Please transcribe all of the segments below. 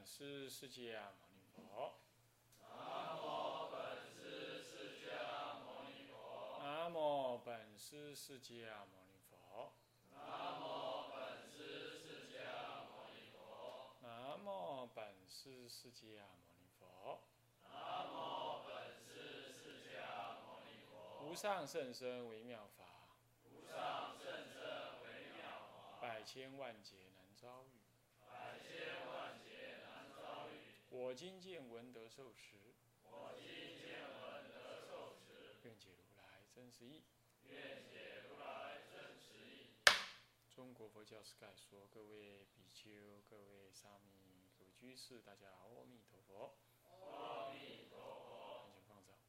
师释迦牟尼佛。 南无本师释迦牟尼佛。 南无本师释迦牟尼佛。 南无本师释迦牟尼佛。 南无本师释迦牟尼佛。 南无本师释迦牟尼佛。 无上甚深微妙法， 无上甚深微妙法， 百千万劫难遭遇。 百千万劫难遭遇。 我今见闻得受持， 我今见闻得受持， 愿解如来真实义。 愿解如来真实义。 中国佛教史概说，各位比丘、各位沙弥、各位居士，大家阿弥陀佛。 阿弥陀佛。 请放掌。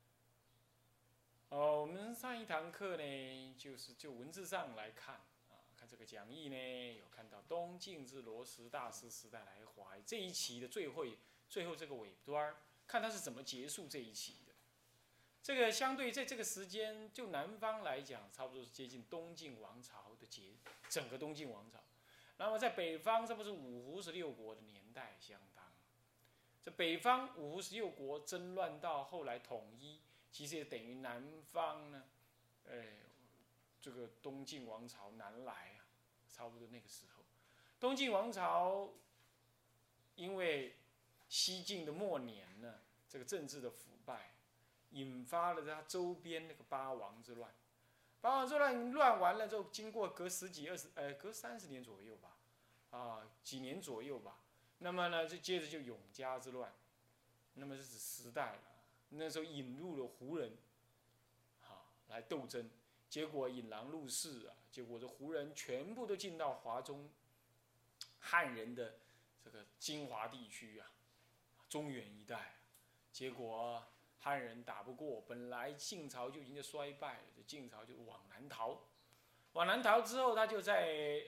我们上一堂课呢，就文字上来看啊，看这个讲义呢，有看到东晋至罗什大师时代来华这一期的最后这个尾端，看他是怎么结束这一期的。这个相对在这个时间，就南方来讲，差不多是接近东晋王朝的整个东晋王朝。那么在北方，这不是五胡十六国的年代相当。这北方五胡十六国争乱到后来统一，其实也等于南方呢，这个东晋王朝南来啊，差不多那个时候，东晋王朝因为西晋的末年呢，这个政治的腐败，引发了它周边那个八王之乱。八王之乱乱完了之后，经过隔30年左右吧，几年左右吧。那么呢，就接着就永嘉之乱，那么是指时代了。那时候引入了胡人，来斗争，结果引狼入室啊，结果这胡人全部都进到华中汉人的这个精华地区啊，中原一带，结果汉人打不过，本来晋朝就已经衰败了，这晋朝就往南逃。往南逃之后，他就在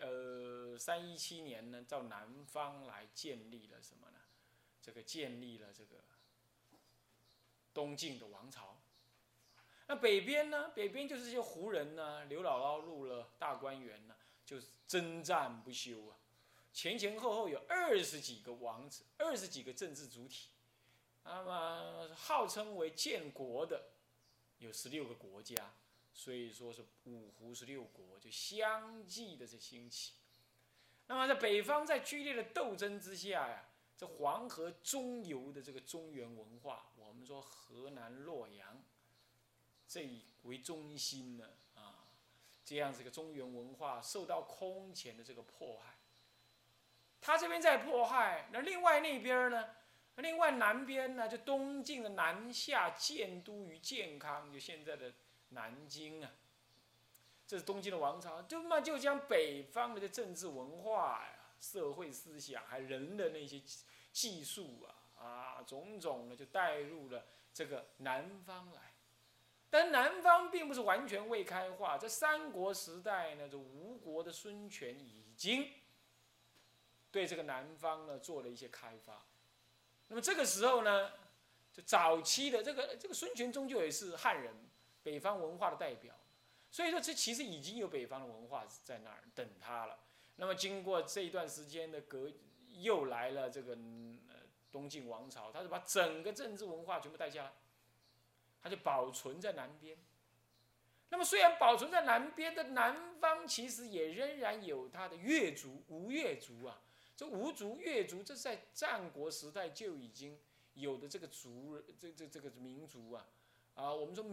317年呢，到南方来建立了什么呢？建立了这个东晋的王朝。那北边呢？北边就是这些胡人呢，刘姥姥入了大观园呢，就是征战不休啊。前前后后有20几个王子，20几个政治主体。那么号称为建国的有16个国家。所以说是五胡16国就相继的这兴起。那么在北方在剧烈的斗争之下呀，这黄河中游的这个中原文化，我们说河南洛阳这以为中心呢这样子一个中原文化受到空前的这个迫害。他这边在迫害，那另外那边呢？另外南边呢，就东晋的南下建都于建康，就现在的南京啊，这是东晋的王朝，就将北方的政治文化呀、社会思想，还人的那些技术种种的，就带入了这个南方来。但南方并不是完全未开化，在三国时代呢，这吴国的孙权已经对这个南方呢做了一些开发。那么这个时候呢，就早期的这个孙权终究也是汉人。北方文化的代表，所以说这其实已经有北方的文化在那儿等他了。那么经过这一段时间的又来了这个东晋王朝，他就把整个政治文化全部带下来，他就保存在南边。那么虽然保存在南边的南方，其实也仍然有他的越族、吴越族啊。这吴族、越族，这是在战国时代就已经有的这个族，这个民族啊。我们说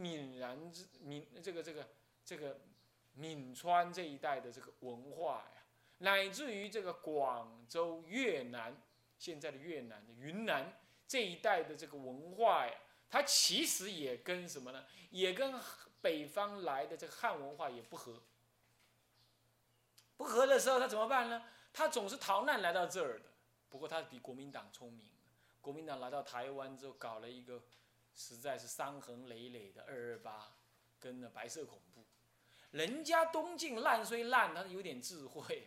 这个闽川这一带的这个文化呀，乃至于这个广州、越南，现在的越南的云南这一带的这个文化呀，它其实也跟什么呢？也跟北方来的这个汉文化也不合。不合的时候，他怎么办呢？他总是逃难来到这儿的。不过他比国民党聪明，国民党来到台湾之后，搞了一个实在是伤痕累累的228跟白色恐怖。人家东晋烂虽烂，他有点智慧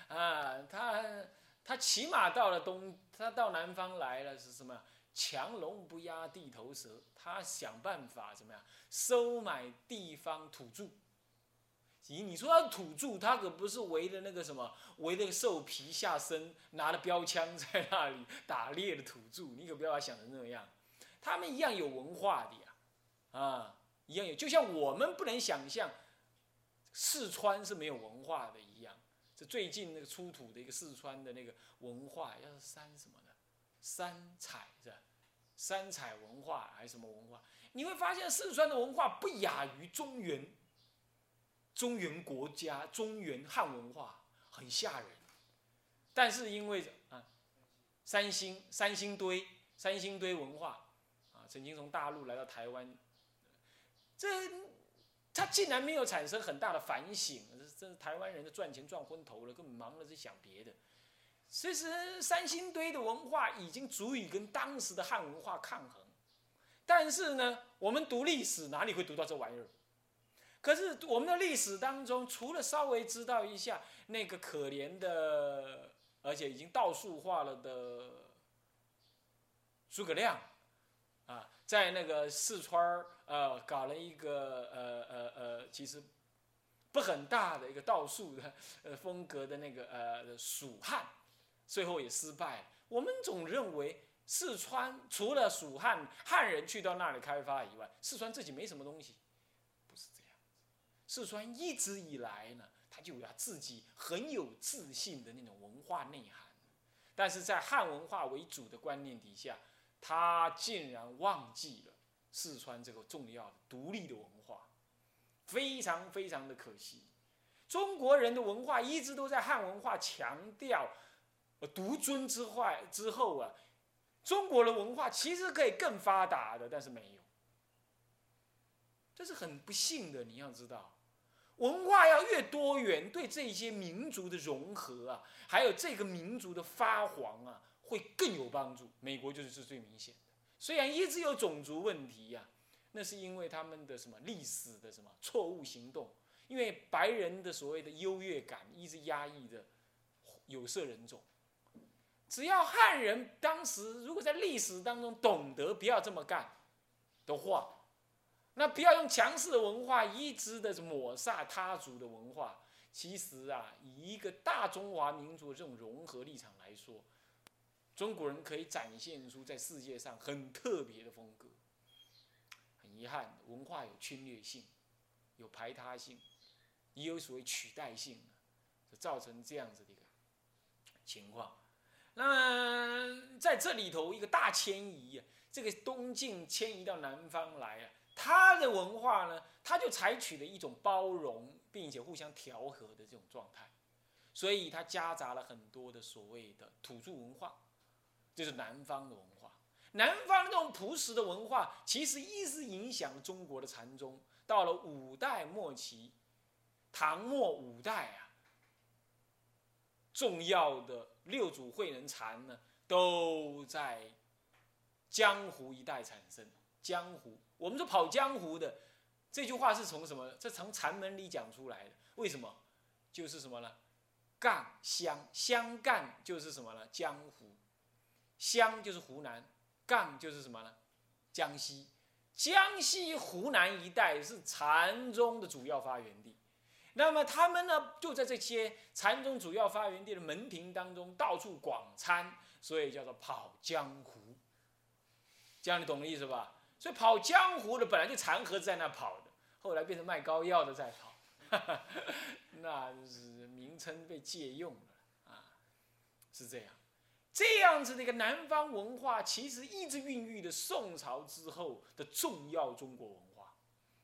他起码他到南方来了是什么？强龙不压地头蛇，他想办法怎么样收买地方土著， 你说他土著，他可不是围着那个什么，围着兽皮下身，拿着标枪在那里打猎的土著，你可不要把它想成那样。他们一样有文化的呀，一样有，就像我们不能想象四川是没有文化的一样。这最近那个出土的一个四川的那个文化，要是山什么的，山彩是吧？山彩文化还是什么文化？你会发现四川的文化不亚于中原国家、中原汉文化，很吓人。但是因为三星堆文化曾经从大陆来到台湾，他竟然没有产生很大的反省，这是台湾人的赚钱赚昏头了，根本忙着在想别的。其实三星堆的文化已经足以跟当时的汉文化抗衡，但是呢，我们读历史哪里会读到这玩意儿？可是我们的历史当中，除了稍微知道一下那个可怜的，而且已经道术化了的诸葛亮在那个四川搞了一个其实不很大的一个道术的风格的那个蜀汉，最后也失败了。我们总认为四川除了蜀汉人去到那里开发以外，四川自己没什么东西，不是这样。四川一直以来呢，它就有它自己很有自信的那种文化内涵，但是在汉文化为主的观念底下，他竟然忘记了四川这个重要的独立的文化，非常非常的可惜。中国人的文化一直都在汉文化强调独尊之后中国的文化其实可以更发达的，但是没有，这是很不幸的。你要知道，文化要越多元，对这些民族的融合还有这个民族的发黄会更有帮助。美国就是最明显的，虽然一直有种族问题那是因为他们的什么历史的什么错误行动，因为白人的所谓的优越感一直压抑着有色人种。只要汉人当时如果在历史当中懂得不要这么干的话，那不要用强势的文化一直的抹杀他族的文化。其实以一个大中华民族的这种融合立场来说，中国人可以展现出在世界上很特别的风格。很遗憾，文化有侵略性，有排他性，也有所谓取代性，就造成这样子的一个情况。那在这里头，一个大迁移这个东晋迁移到南方来他的文化呢，他就采取了一种包容并且互相调和的这种状态，所以他夹杂了很多的所谓的土著文化，就是南方的文化。南方这种朴实的文化，其实一直影响中国的禅宗。到了五代末期，唐末五代重要的六祖慧能禅呢，都在江湖一带产生。江湖，我们说跑江湖的这句话是从什么？这从禅门里讲出来的。为什么？就是什么呢？赣湘，湘赣就是什么呢？江湖。湘就是湖南，赣就是什么呢？江西。江西湖南一带是禅宗的主要发源地。那么他们呢，就在这些禅宗主要发源地的门庭当中到处广参，所以叫做跑江湖。这样你懂的意思吧？所以跑江湖的本来就禅和在那跑的，后来变成卖膏药的在跑，那就是名称被借用了是这样。这样子的一个南方文化，其实一直孕育的宋朝之后的重要中国文化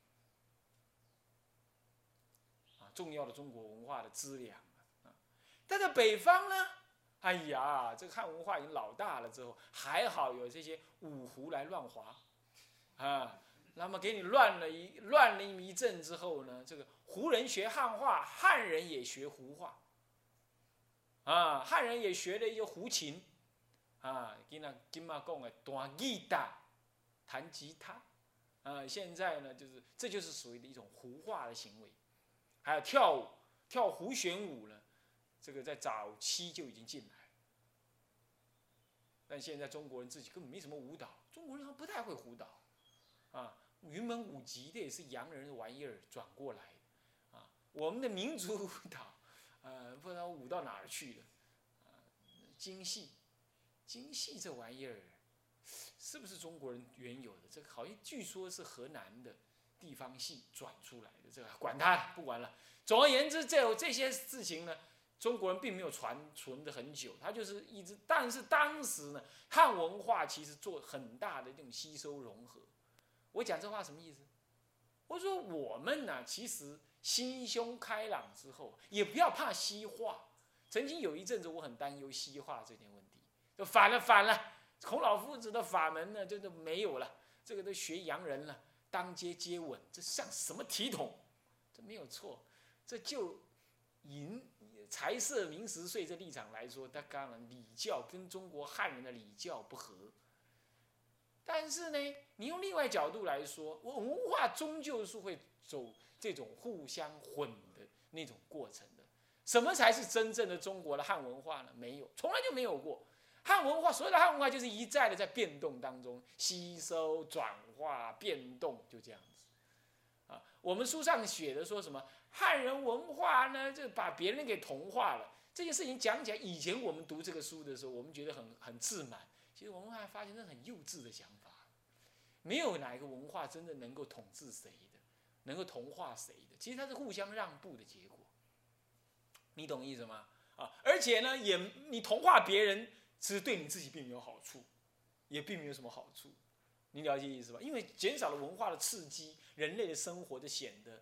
重要的中国文化的资粮但在北方呢，哎呀，这个汉文化已经老大了之后，还好有这些五胡来乱华那么给你乱了一阵之后呢，这个胡人学汉话，汉人也学胡话汉人也学了一些胡琴今嘛讲的弹吉他、弹吉他现在呢，这就是属于的一种胡化的行为。还有跳舞，跳胡旋舞呢，这个在早期就已经进来了。但现在中国人自己根本没什么舞蹈，中国人好像不太会舞蹈云门舞集的也是洋人的玩意儿转过来的我们的民族舞蹈，不知道舞到哪儿去了，京戏，京戏这玩意儿，是不是中国人原有的？这个好像据说是河南的地方戏转出来的，这个管他不管了。总而言之，这些事情呢，中国人并没有传存的很久，他就是一直。但是当时呢，汉文化其实做很大的这种吸收融合。我讲这话什么意思？我说我们呢，其实心胸开朗之后，也不要怕西化。曾经有一阵子，我很担忧西化这件问题，就反了，孔老夫子的法门呢，就没有了，这个都学洋人了，当街接吻，这像什么体统？这没有错，这就财色名食睡这立场来说，他当然礼教跟中国汉人的礼教不合。但是呢，你用另外角度来说，文化终究是会走这种互相混的那种过程的。什么才是真正的中国的汉文化呢？没有，从来就没有过。汉文化，所有的汉文化就是一再的在变动当中吸收、转化、变动，就这样子。我们书上写的说什么汉人文化呢？就把别人给同化了。这件事情讲起来，以前我们读这个书的时候，我们觉得很自满。其实我们还发现，这是很幼稚的想法。没有哪一个文化真的能够统治谁的，能够同化谁的。其实它是互相让步的结果。你懂意思吗？而且呢，你同化别人，其实对你自己并没有好处，也并没有什么好处。你了解意思吧？因为减少了文化的刺激，人类的生活就显得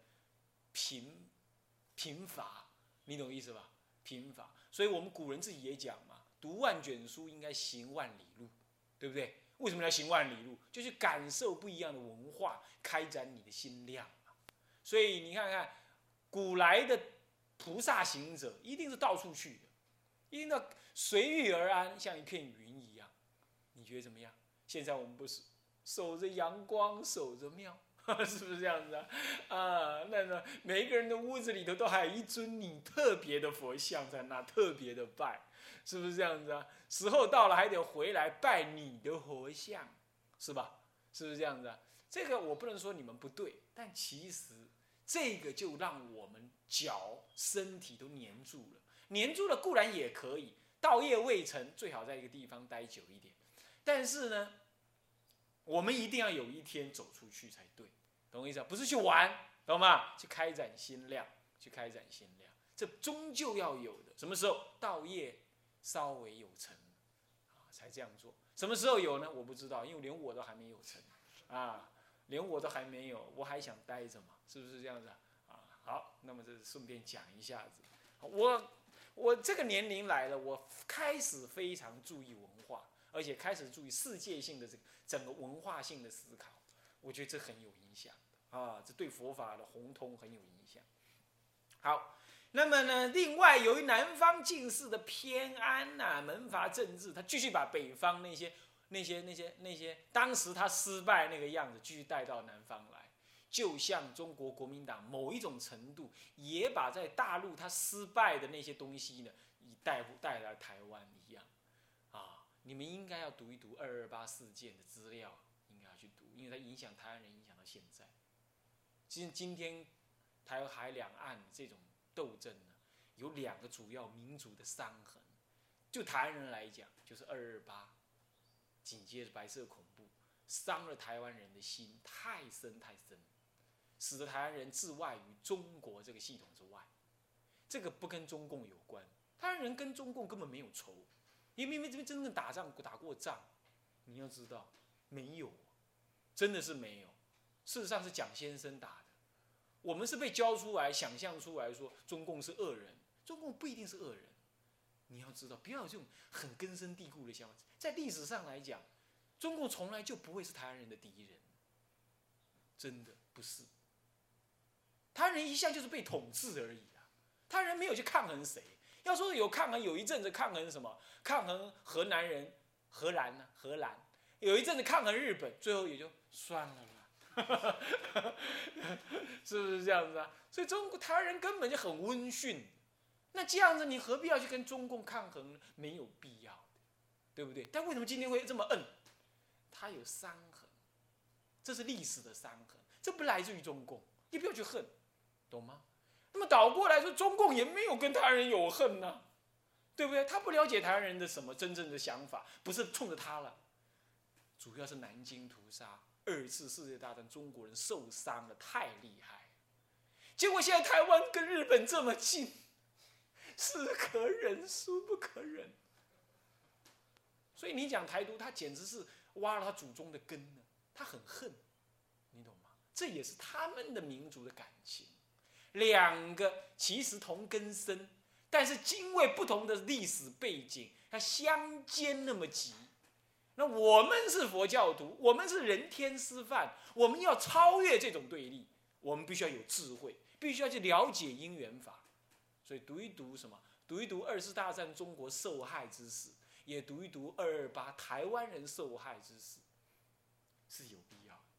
贫乏。你懂意思吧？贫乏。所以我们古人自己也讲嘛，读万卷书应该行万里路，对不对？为什么要行万里路？就是感受不一样的文化，开展你的心量。所以你看看，古来的菩萨行者一定是到处去的，一定要随遇而安，像一片云一样。你觉得怎么样？现在我们不是守着阳光，守着庙，是不是这样子啊？那每一个人的屋子里头都还有一尊你特别的佛像在那，特别的拜，是不是这样子啊？时候到了还得回来拜你的佛像，是吧？是不是这样子啊？这个我不能说你们不对，但其实这个就让我们脚、身体都黏住了。黏住了固然也可以，道业未成，最好在一个地方待久一点。但是呢，我们一定要有一天走出去才对，懂我意思啊？不是去玩，懂吗？去开展心量，这终究要有的。什么时候道业稍微有成，才这样做。什么时候有呢？我不知道，因为连我都还没有成，连我都还没有，我还想待着嘛，是不是这样子啊？好，那么这顺便讲一下子，我这个年龄来了，我开始非常注意文化，而且开始注意世界性的这个整个文化性的思考，我觉得这很有影响这对佛法的宏通很有影响。好，那么呢，另外由于南方进士的偏安门阀政治，他继续把北方那些当时他失败那个样子继续带到南方来，就像中国国民党某一种程度也把在大陆他失败的那些东西呢，带来台湾一样你们应该要读一读228事件的资料，应该要去读，因为它影响台湾人影响到现在。今天台海两岸这种斗争呢，有2个主要民族的伤痕。就台湾人来讲，就是228，紧接着白色恐怖，伤了台湾人的心太深，使得台湾人置外于中国这个系统之外。这个不跟中共有关，台湾人跟中共根本没有仇，因为这边真正打过仗，你要知道没有，真的是没有。事实上是蒋先生打的，我们是被教出来、想象出来说中共是恶人，中共不一定是恶人。你要知道，不要有这种很根深蒂固的想法。在历史上来讲，中共从来就不会是台湾人的敌人，真的不是。台湾人一向就是被统治而已台湾人没有去抗衡谁。要说有抗衡，有一阵子抗衡什么？抗衡荷兰，有一阵子抗衡日本，最后也就算了啦，是不是这样子啊？所以台湾人根本就很温驯。那这样子，你何必要去跟中共抗衡呢？没有必要，对不对？但为什么今天会这么摁？它有伤痕，这是历史的伤痕，这不来自于中共，你不要去恨，懂吗？ 那么倒过来说，中共也没有跟台湾人有恨呐、对不对？他不了解台湾人的什么真正的想法，不是冲着他了，主要是南京屠杀，2次世界大战中国人受伤的太厉害，结果现在台湾跟日本这么近，是可忍孰不可忍。所以你讲台独，他简直是挖了他祖宗的根呢，他很恨，你懂吗？这也是他们的民族的感情。两个其实同根生，但是因为不同的历史背景，它相间那么急。那我们是佛教徒，我们是人天师范，我们要超越这种对立，我们必须要有智慧，必须要去了解因缘法。所以读一读什么？读一读2次大战中国受害之史，也读一读228台湾人受害之史，是有必要的。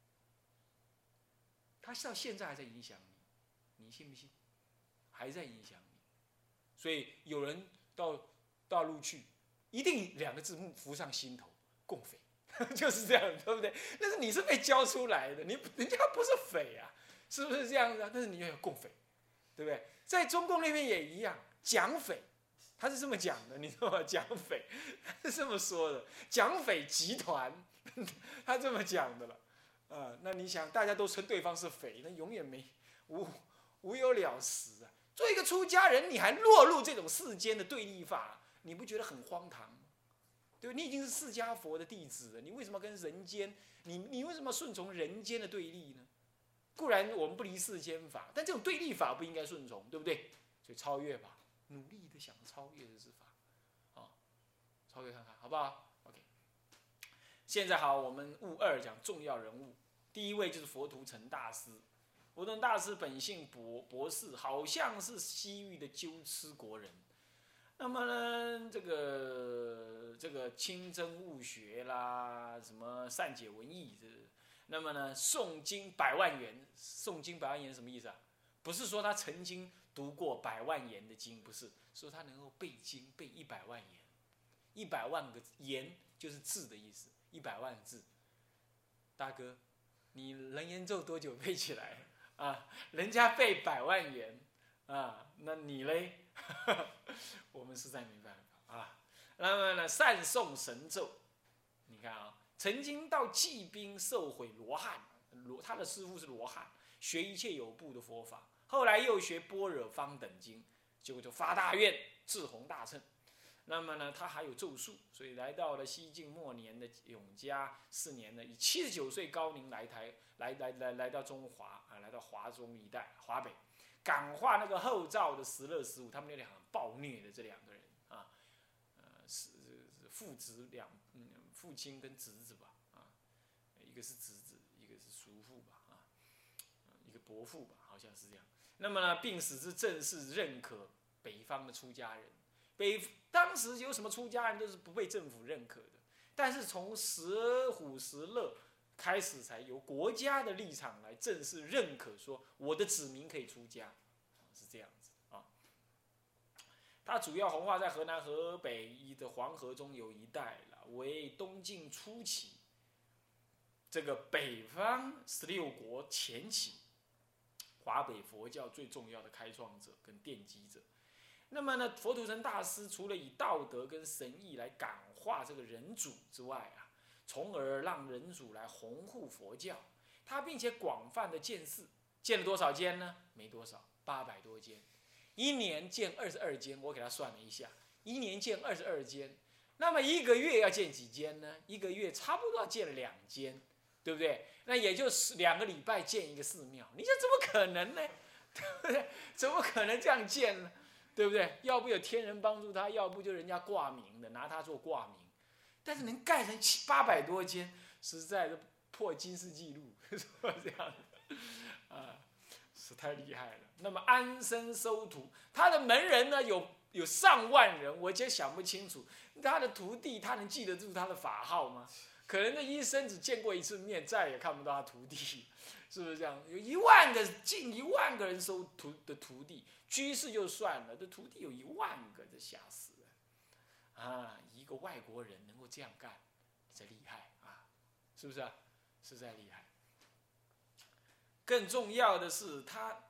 他到现在还在影响你，你信不信？还在影响你。所以有人到大陆去，一定2个字浮上心头：共匪，就是这样，对不对？但是你是被教出来的，人家不是匪啊，是不是这样子啊？但是你要有共匪，对不对？在中共那边也一样，蒋匪，他是这么讲的，你知道吗？蒋匪，他是这么说的，蒋匪集团，他这么讲的了。那你想，大家都称对方是匪，那永远无有了时啊！做一个出家人，你还落入这种世间的对立法，你不觉得很荒唐吗？对吧？你已经是释迦佛的弟子了，你为什么跟人间？你为什么顺从人间的对立呢？固然我们不离世间法，但这种对立法不应该顺从，对不对？所以超越吧，努力的想超越的是法，超越看看好不好 ？OK。现在好，我们物2讲重要人物，第一位就是佛图澄大师。佛图澄大师本姓博士，好像是西域的鸠兹国人。那么呢，这个清真悟学啦，什么善解文艺，那么呢，诵经100万言，诵经100万言什么意思啊？不是说他曾经读过100万言的经，不是，说他能够背经背100万言，100万个言就是字的意思，100万字。大哥，你人言咒多久背起来啊？人家背100万言啊，那你嘞？我们实在没办法啊。那么呢，善诵神咒，你看啊，曾经到骑兵受毁罗汉，他的师父是罗汉，学一切有部的佛法，后来又学般若方等经，结果就发大愿，志宏大乘。那么呢，他还有咒术，所以来到了西晋末年的永嘉4年呢，以79岁高龄来到中华啊，来到华中一带华北。感化那个后赵的石勒、石虎，他们那2个暴虐的这2个人啊，是父子父亲跟侄子吧啊，一个是侄子，一个是叔父吧啊，一个伯父吧，好像是这样。那么呢，病死之正是认可北方的出家人，当时有什么出家人都是不被政府认可的，但是从石虎、石勒开始才由国家的立场来正式认可，说我的子民可以出家，是这样子啊。它主要弘化在河南、河北的黄河中游一带了，为东晋初期这个北方16国前期华北佛教最重要的开创者跟奠基者。那么呢，佛图澄大师除了以道德跟神意来感化这个人主之外啊，从而让人主来弘护佛教，他并且广泛的建寺，建了多少间呢？没多少，800多间，一年建22间。我给他算了一下，一年建22间，那么一个月要建几间呢？一个月差不多要建2间，对不对？那也就是2个礼拜建一个寺庙，你说怎么可能呢？对不对？怎么可能这样建呢？对不对？要不有天人帮助他，要不就人家挂名的，拿他做挂名。但是能盖成800多间，实在是破金氏纪录，说这样的啊，是太厉害了。那么安身收徒，他的门人呢有上万人，我就想不清楚他的徒弟，他能记得住他的法号吗？可能这一生只见过1次面，再也看不到他徒弟，是不是这样？有近1万个人收徒弟，居士就算了，这徒弟有1万个，这吓死了啊！一个外国人能够这样干，这厉害啊，是不是啊？实在厉害。更重要的是，他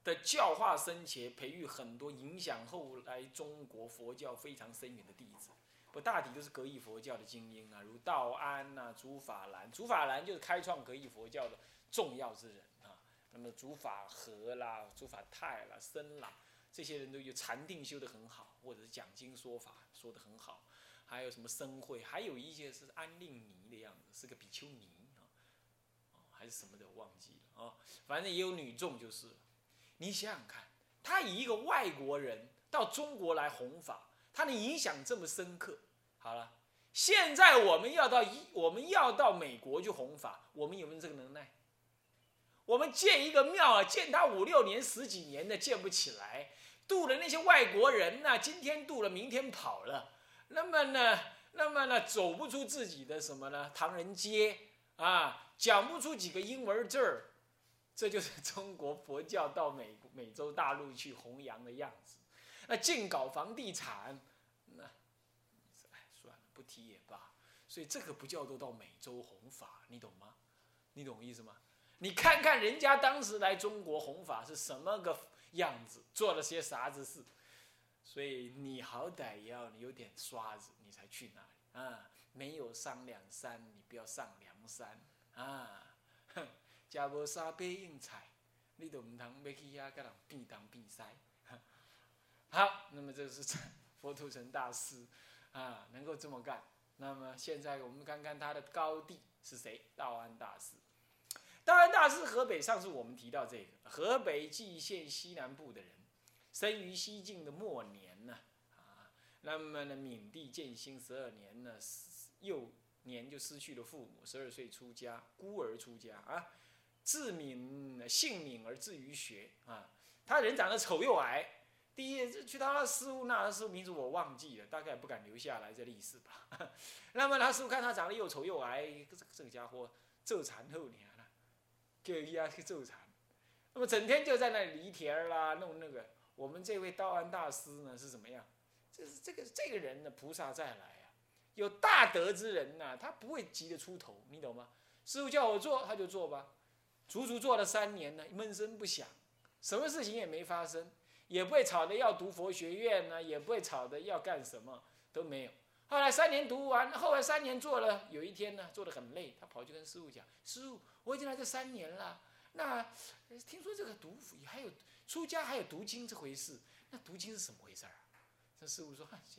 的教化僧伽，培育很多影响后来中国佛教非常深远的弟子。不，大体都是格义佛教的精英啊，如道安呐、竺法兰。竺法兰就是开创格义佛教的重要之人啊。那么竺法和啦、竺法泰啦、僧啦，这些人都有禅定修得很好，或者是讲经说法说得很好。还有什么僧会，还有一些是安令尼的样子，是个比丘尼啊，还是什么的我忘记了啊。反正也有女众就是了。你想想看，他以一个外国人到中国来弘法，他的影响这么深刻。好了，现在我们要到美国去弘法，我们有没有这个能耐？我们建一个庙啊，建他5、6年、10几年的建不起来，渡了那些外国人呢，今天渡了，明天跑了。那么呢，走不出自己的什么呢？唐人街啊，讲不出几个英文字儿，这就是中国佛教到美洲大陆去弘扬的样子。那净搞房地产，那算了，不提也罢。所以这个不叫做到美洲弘法，你懂吗？你懂意思吗？你看看人家当时来中国弘法是什么个样子，做了些啥子事。所以你好歹也要有点刷子，你才去那里啊！没有上梁山，你不要上梁山啊！哼，家无沙杯应菜，你都唔通要去遐跟人变东变西。好，那么这是佛土城大师啊，能够这么干。那么现在我们看看他的高弟是谁？道安大师。道安大师河北，上次我们提到这个河北蓟县西南部的人。生于西晋的末年呢，那么呢，闵帝建兴12年呢，幼年就失去了父母，12岁出家，孤儿出家啊，姓闵而志于学啊。他人长得丑又矮，第一去他师傅那，师傅名字我忘记了，大概也不敢留下来这历史吧。那么他师傅看他长得又丑又矮，这个家伙做禅后年了，叫他去做禅，那么整天就在那里犁田啦，弄那个。我们这位道安大师呢是怎么样？这个人呢，菩萨再来啊，有大德之人呐，他不会急着出头，你懂吗？师父叫我做，他就做吧。足足做了3年呢，闷声不响，什么事情也没发生，也不会吵着要读佛学院呢，也不会吵着要干什么，都没有。后来3年读完，后来3年做了，有一天呢，做得很累，他跑去跟师父讲：“师父，我已经来这3年了，那听说这个读还有。”出家还有读经这回事，那读经是什么回事啊？这师父说：“这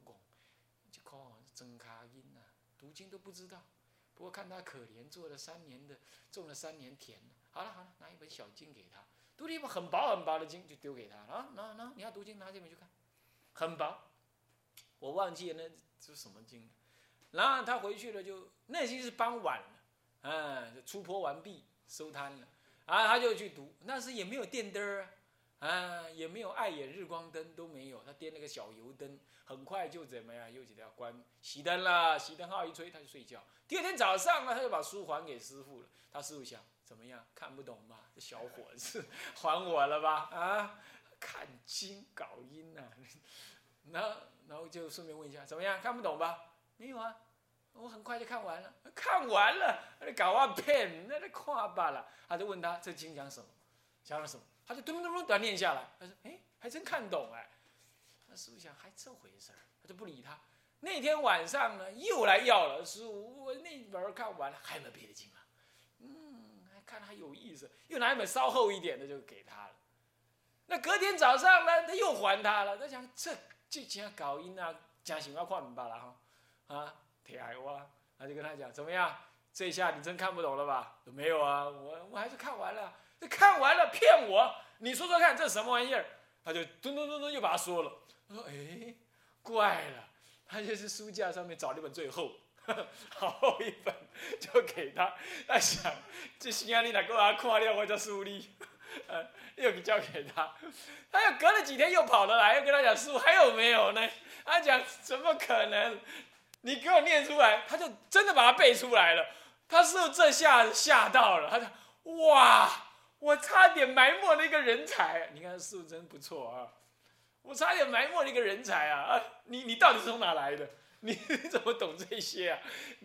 真卡音啊，读经都不知道。不过看他可怜，做了3年的，种了3年田。好了，拿一本小经给他，读了一本很薄很薄的经就丢给他啊，拿你要读经拿这本去看，很薄，我忘记了那是什么经。然后他回去了那已经是傍晚了，出坡完毕收摊了。”啊，他就去读，那时也没有电灯啊，也没有碍眼日光灯都没有，他点了个小油灯，很快就怎么样，又给他关熄灯了，熄灯号一吹他就睡觉。第2天早上呢，他就把书还给师父了。他师父想怎么样，看不懂吧？这小伙子还我了吧？啊，看经搞音啊，然后就顺便问一下怎么样，看不懂吧？没有啊。我很快就看完了，你搞我骗，那看罢了。他就问他这经讲什么，讲了什么，他就咚咚咚的念下来。他说：“还真看懂哎。”那师父想还这回事儿，他就不理他。那天晚上呢，又来要了，师父，我那本看完了，还有没有别的经啊？还看还有意思，又拿一本稍厚一点的就给他了。那隔天早上呢，他又还他了。他想这讲搞音啊，讲想要看罢了哈啊。他就跟他讲怎么样？这下你真看不懂了吧？没有啊，我还是看完了。看完了骗我？你说说看，这什么玩意儿？他就咚咚咚咚又把它说了。他说：“怪了。”他就是书架上面找了一本最厚，好厚一本，就给他。他想，这心啊，你哪个啊看了我就输你，又交给他。他又隔了几天又跑了来，又跟他讲师父还有没有呢？他讲怎么可能？你给我念出来，他就真的把它背出来了。他师父这下吓到了，他讲：“哇，我差点埋没了一个人才。”你看师父真不错啊，我差点埋没了一个人才啊！你到底是从哪来的？你怎么懂这些啊？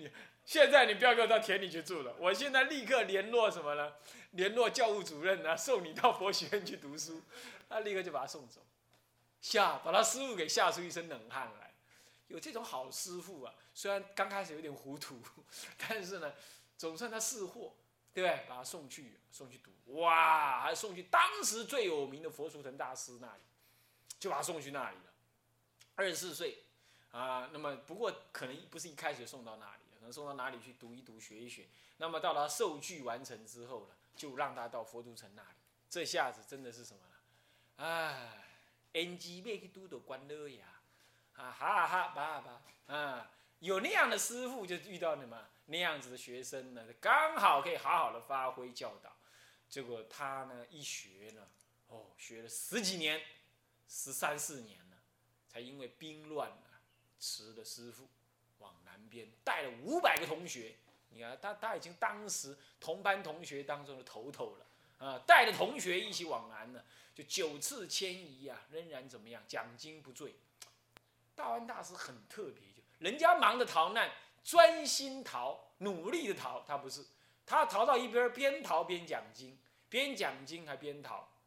现在你不要给我到田里去住了，我现在立刻联络什么呢？联络教务主任啊，送你到佛学院去读书。他立刻就把他送走，把他师傅给吓出一身冷汗来。有这种好师傅啊，虽然刚开始有点糊涂，但是呢，总算他识货，对不对？把他送去读，哇，还送去当时最有名的佛图腾大师那里，就把他送去那里了。24岁啊，那么不过可能不是一开始就送到那里，可能送到哪里去读一读、学一学。那么到他受具完成之后呢，就让他到佛图腾那里。这下子真的是什么呢？哎，NG 要去读到关了呀！啊哈哈吧啊！有那样的师傅，就遇到那样子的学生呢，刚好可以好好的发挥教导。结果他呢一学呢，学了10几年，13、14年了，才因为兵乱辞了师傅，往南边带了500个同学。你看他已经当时同班同学当中的头了啊，带着同学一起往南呢，就9次迁移啊，仍然怎么样？讲经不坠。道安大师很特别，人家忙着逃难，专心逃，努力的逃，他不是，他逃到一边，边逃边讲经，边讲经还边逃，